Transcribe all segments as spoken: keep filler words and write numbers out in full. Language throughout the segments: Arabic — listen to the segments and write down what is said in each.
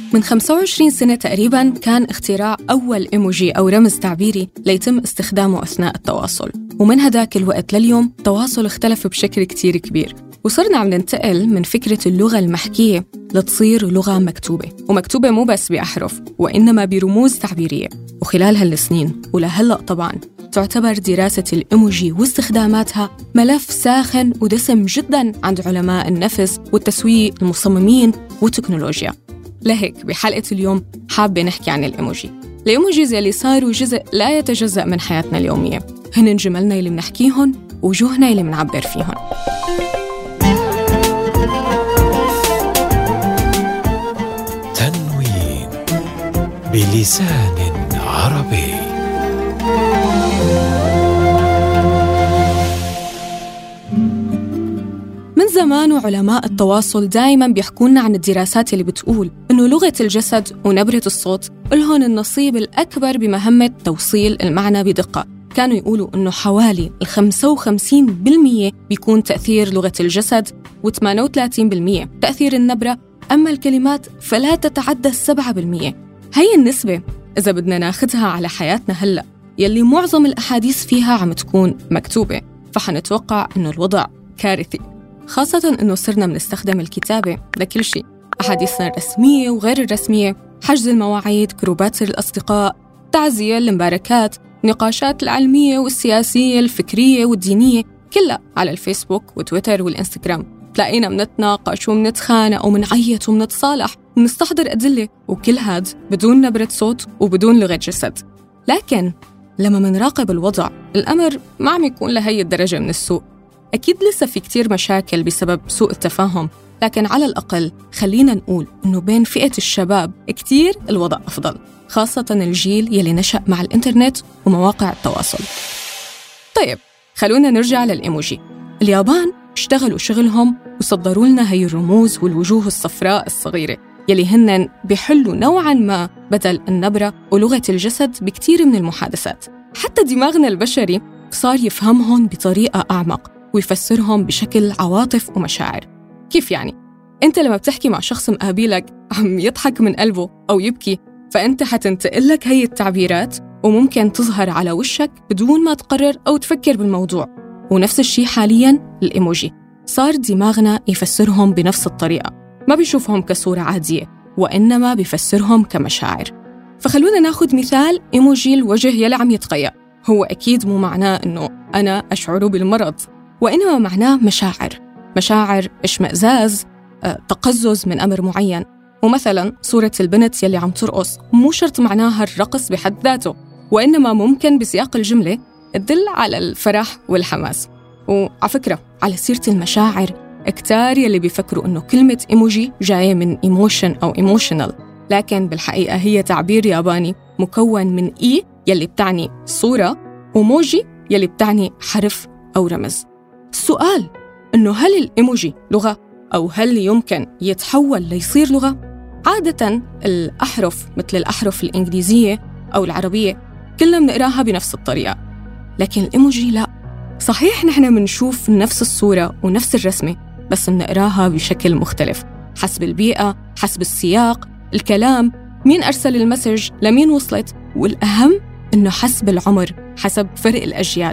من خمسة وعشرين سنة تقريباً كان اختراع أول إيموجي أو رمز تعبيري ليتم استخدامه أثناء التواصل، ومن هداك الوقت لليوم التواصل اختلف بشكل كتير كبير، وصرنا عم ننتقل من فكرة اللغة المحكية لتصير لغة مكتوبة، ومكتوبة مو بس بأحرف وإنما برموز تعبيرية. وخلال هالسنين ولهلأ طبعاً تعتبر دراسة الإيموجي واستخداماتها ملف ساخن ودسم جداً عند علماء النفس والتسويق المصممين والتكنولوجيا. لهيك بحلقة اليوم حابة نحكي عن الإيموجي. الإيموجيز اللي صاروا جزء لا يتجزأ من حياتنا اليومية، هن جملنا اللي منحكيهن وجوهنا اللي منعبر فيهن. تنوين بلسان عربي. من زمان وعلماء التواصل دايماً بيحكونا عن الدراسات اللي بتقول إنه لغة الجسد ونبرة الصوت لهن النصيب الأكبر بمهمة توصيل المعنى بدقة. كانوا يقولوا إنه حوالي الخمسة وخمسين بالمية بيكون تأثير لغة الجسد وثمانية وثلاثين بالمية تأثير النبرة، أما الكلمات فلا تتعدى السبعة بالمية. هاي النسبة إذا بدنا ناخدها على حياتنا هلأ يلي معظم الأحاديث فيها عم تكون مكتوبة، فحنتوقع إنه الوضع كارثي، خاصة إنه صرنا بنستخدم الكتابة لكل شيء، أحاديثنا الرسمية وغير الرسمية، حجز المواعيد، جروبات الأصدقاء، تعزية، المباركات، نقاشات العلمية والسياسية الفكرية والدينية، كلها على الفيسبوك وتويتر والإنستغرام. تلاقينا منتناقش ومنتخانق ومنعيط ومنتصالح ومنستحضر أدلة، وكل هاد بدون نبرة صوت وبدون لغة جسد. لكن لما منراقب الوضع الأمر ما عم يكون لهي الدرجة من السوء. أكيد لسه في كتير مشاكل بسبب سوء التفاهم، لكن على الأقل خلينا نقول إنه بين فئة الشباب كتير الوضع أفضل، خاصة الجيل يلي نشأ مع الإنترنت ومواقع التواصل. طيب خلونا نرجع للإيموجي. اليابان اشتغلوا شغلهم وصدروا لنا هي الرموز والوجوه الصفراء الصغيرة يلي هن بيحلوا نوعاً ما بدل النبرة ولغة الجسد بكتير من المحادثات. حتى دماغنا البشري صار يفهمهم بطريقة أعمق ويفسرهم بشكل عواطف ومشاعر. كيف يعني؟ أنت لما بتحكي مع شخص مقابلك عم يضحك من قلبه أو يبكي، فأنت حتنتقلك هي التعبيرات وممكن تظهر على وشك بدون ما تقرر أو تفكر بالموضوع. ونفس الشيء حالياً الإيموجي، صار دماغنا يفسرهم بنفس الطريقة، ما بيشوفهم كصورة عادية وإنما بيفسرهم كمشاعر. فخلونا ناخد مثال إيموجي الوجه يلي عم يتغير. هو أكيد مو معناه إنه أنا أشعر بالمرض، وإنما معناه مشاعر، مشاعر اشمئزاز، أه، تقزز من أمر معين. ومثلا صورة البنت يلي عم ترقص مو شرط معناها الرقص بحد ذاته، وإنما ممكن بسياق الجملة تدل على الفرح والحماس. وعلى فكرة على سيرة المشاعر، كتار يلي بيفكروا إنه كلمة إيموجي جاية من إيموشن أو إيموشنال، لكن بالحقيقة هي تعبير ياباني مكون من إي يلي بتعني صورة وموجي يلي بتعني حرف أو رمز. السؤال إنه هل الإيموجي لغة أو هل يمكن يتحول ليصير لغة؟ عادة الأحرف مثل الأحرف الإنجليزية أو العربية كلنا بنقراها بنفس الطريقة، لكن الإيموجي لا. صحيح نحن منشوف نفس الصورة ونفس الرسمة، بس بنقراها بشكل مختلف حسب البيئة، حسب السياق، الكلام، مين أرسل المسج، لمين وصلت، والأهم إنه حسب العمر، حسب فرق الأجيال.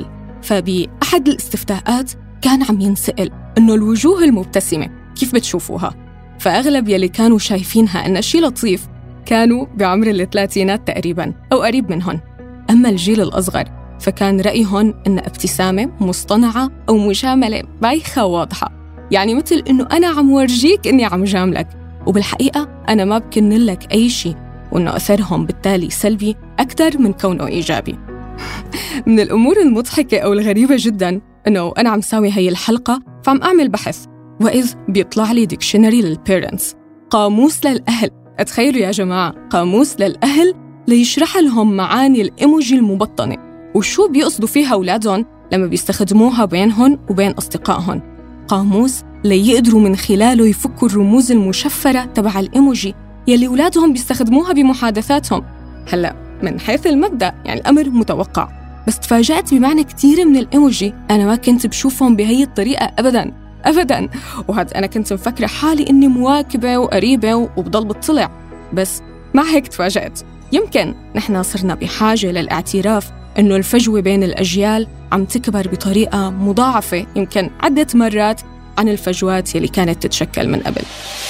فبأحد الاستفتاءات كان عم ينسأل إنه الوجوه المبتسمة كيف بتشوفوها؟ فأغلب يلي كانوا شايفينها إنه شيء لطيف كانوا بعمر الثلاثينات تقريباً أو قريب منهن. أما الجيل الأصغر فكان رأيهن إن ابتسامة مصطنعة أو مجاملة بايخة واضحة، يعني مثل إنه أنا عم ورجيك إني عم جاملك، وبالحقيقة أنا ما بكن لك أي شيء، وإنه أثرهم بالتالي سلبي أكثر من كونه إيجابي. من الأمور المضحكة أو الغريبة جداً إنه أنا عم ساوي هاي الحلقة فعم أعمل بحث، وإذ بيطلع لي ديكشنري للبيرنتس، قاموس للأهل. أتخيلوا يا جماعة، قاموس للأهل ليشرح لهم معاني الإيموجي المبطنة وشو بيقصدوا فيها أولادهم لما بيستخدموها بينهم وبين أصدقائهم. قاموس ليقدروا من خلاله يفكوا الرموز المشفرة تبع الإيموجي يلي أولادهم بيستخدموها بمحادثاتهم. هلأ من حيث المبدأ يعني الأمر متوقع، بس تفاجأت بمعنى كتير من الإيموجي أنا ما كنت بشوفهم بهي الطريقة أبداً أبداً. وهذا أنا كنت مفكرة حالي إني مواكبة وقريبة وبضل بطلع، بس مع هيك تفاجأت. يمكن نحن صرنا بحاجة للاعتراف إنه الفجوة بين الأجيال عم تكبر بطريقة مضاعفة يمكن عدة مرات عن الفجوات يلي كانت تتشكل من قبل.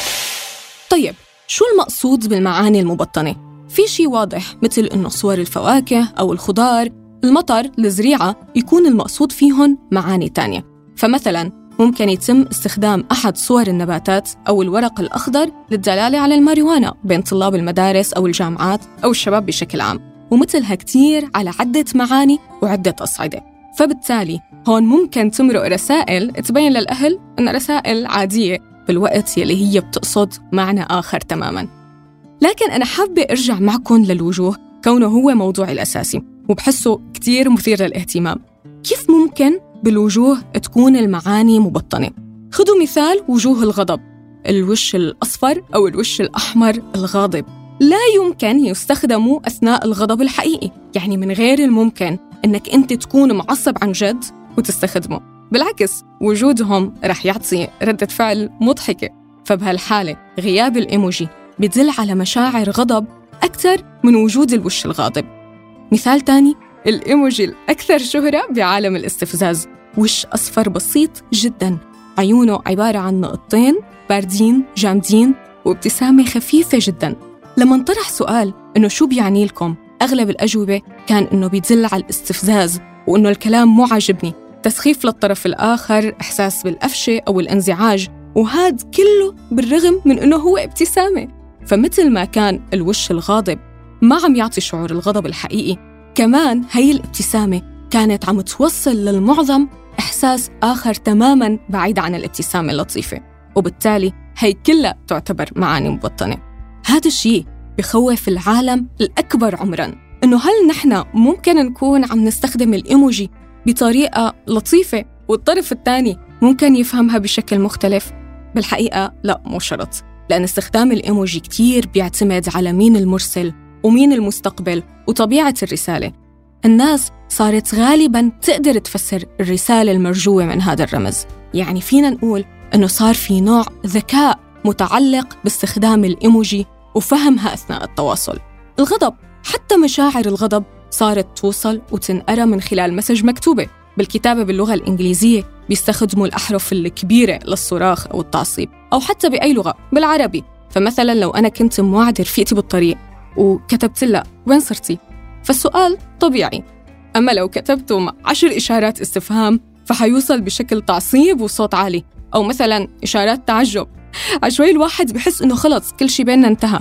طيب شو المقصود بالمعاني المبطنة؟ في شي واضح مثل إنه صور الفواكه أو الخضار، المطر، الزريعة يكون المقصود فيهن معاني تانية. فمثلاً ممكن يتم استخدام أحد صور النباتات أو الورق الأخضر للدلالة على الماريجوانا بين طلاب المدارس أو الجامعات أو الشباب بشكل عام، ومثلها كتير على عدة معاني وعدة أصعدة. فبالتالي هون ممكن تمرق رسائل تبين للأهل أن رسائل عادية بالوقت يلي هي بتقصد معنى آخر تماماً. لكن أنا حابة أرجع معكم للوجوه كونه هو موضوعي الأساسي وبحسه كتير مثير للاهتمام. كيف ممكن بالوجوه تكون المعاني مبطنة؟ خذوا مثال وجوه الغضب، الوش الأصفر أو الوش الأحمر الغاضب لا يمكن يستخدموا أثناء الغضب الحقيقي، يعني من غير الممكن أنك أنت تكون معصب عن جد وتستخدمه. بالعكس وجودهم رح يعطي ردة فعل مضحكة. فبهالحالة غياب الإيموجي بدل على مشاعر غضب أكثر من وجود الوش الغاضب. مثال تاني، الإيموجي الأكثر شهرة بعالم الاستفزاز، وش أصفر بسيط جداً، عيونه عبارة عن نقطتين باردين جامدين وابتسامة خفيفة جداً. لما انطرح سؤال إنه شو بيعني لكم، أغلب الأجوبة كان إنه بيدل على الاستفزاز وإنه الكلام مو عاجبني، تسخيف للطرف الآخر، إحساس بالقفشة أو الانزعاج، وهذا كله بالرغم من إنه هو ابتسامة. فمثل ما كان الوش الغاضب ما عم يعطي شعور الغضب الحقيقي، كمان هي الابتسامة كانت عم توصل للمعظم إحساس آخر تماماً بعيد عن الابتسامة اللطيفة، وبالتالي هي كلها تعتبر معاني مبطنة. هذا الشيء بخوف العالم الأكبر عمراً، إنه هل نحن ممكن نكون عم نستخدم الإيموجي بطريقة لطيفة والطرف الثاني ممكن يفهمها بشكل مختلف؟ بالحقيقة لا، مو شرط، لأن استخدام الإيموجي كتير بيعتمد على مين المرسل ومين المستقبل وطبيعة الرسالة. الناس صارت غالباً تقدر تفسر الرسالة المرجوة من هذا الرمز، يعني فينا نقول أنه صار في نوع ذكاء متعلق باستخدام الإيموجي وفهمها أثناء التواصل. الغضب، حتى مشاعر الغضب صارت توصل وتنقرأ من خلال مسج مكتوبة. بالكتابة باللغة الإنجليزية بيستخدموا الأحرف الكبيرة للصراخ أو التعصيب، أو حتى بأي لغة بالعربي. فمثلاً لو أنا كنت موعدة رفيقتي بالطريق وكتبت لها وين صرتي، فالسؤال طبيعي. أما لو كتبته مع عشر إشارات استفهام فحيوصل بشكل تعصيب وصوت عالي، أو مثلاً إشارات تعجب، عشوائي الواحد بحس إنه خلص كل شي بيننا انتهى.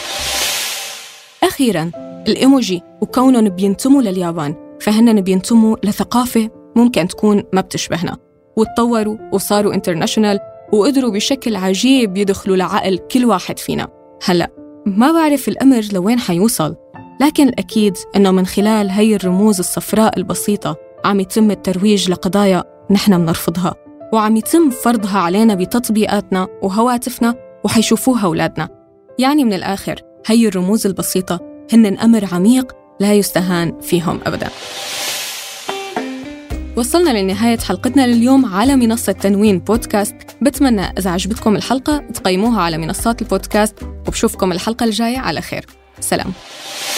أخيراً الإيموجي وكونهم بينتموا لليابان، فهن بينتموا لثقافة ممكن تكون ما بتشبهنا، وتطوروا وصاروا انترناشونال وقدروا بشكل عجيب يدخلوا لعقل كل واحد فينا. هلأ ما بعرف الأمر لوين حيوصل، لكن الأكيد أنه من خلال هاي الرموز الصفراء البسيطة عم يتم الترويج لقضايا نحن بنرفضها، وعم يتم فرضها علينا بتطبيقاتنا وهواتفنا، وحيشوفوها أولادنا. يعني من الآخر هاي الرموز البسيطة هن أمر عميق لا يستهان فيهم أبداً. وصلنا لنهاية حلقتنا لليوم على منصة تنوين بودكاست. بتمنى إذا عجبتكم الحلقة تقيموها على منصات البودكاست، وبشوفكم الحلقة الجاية على خير. سلام.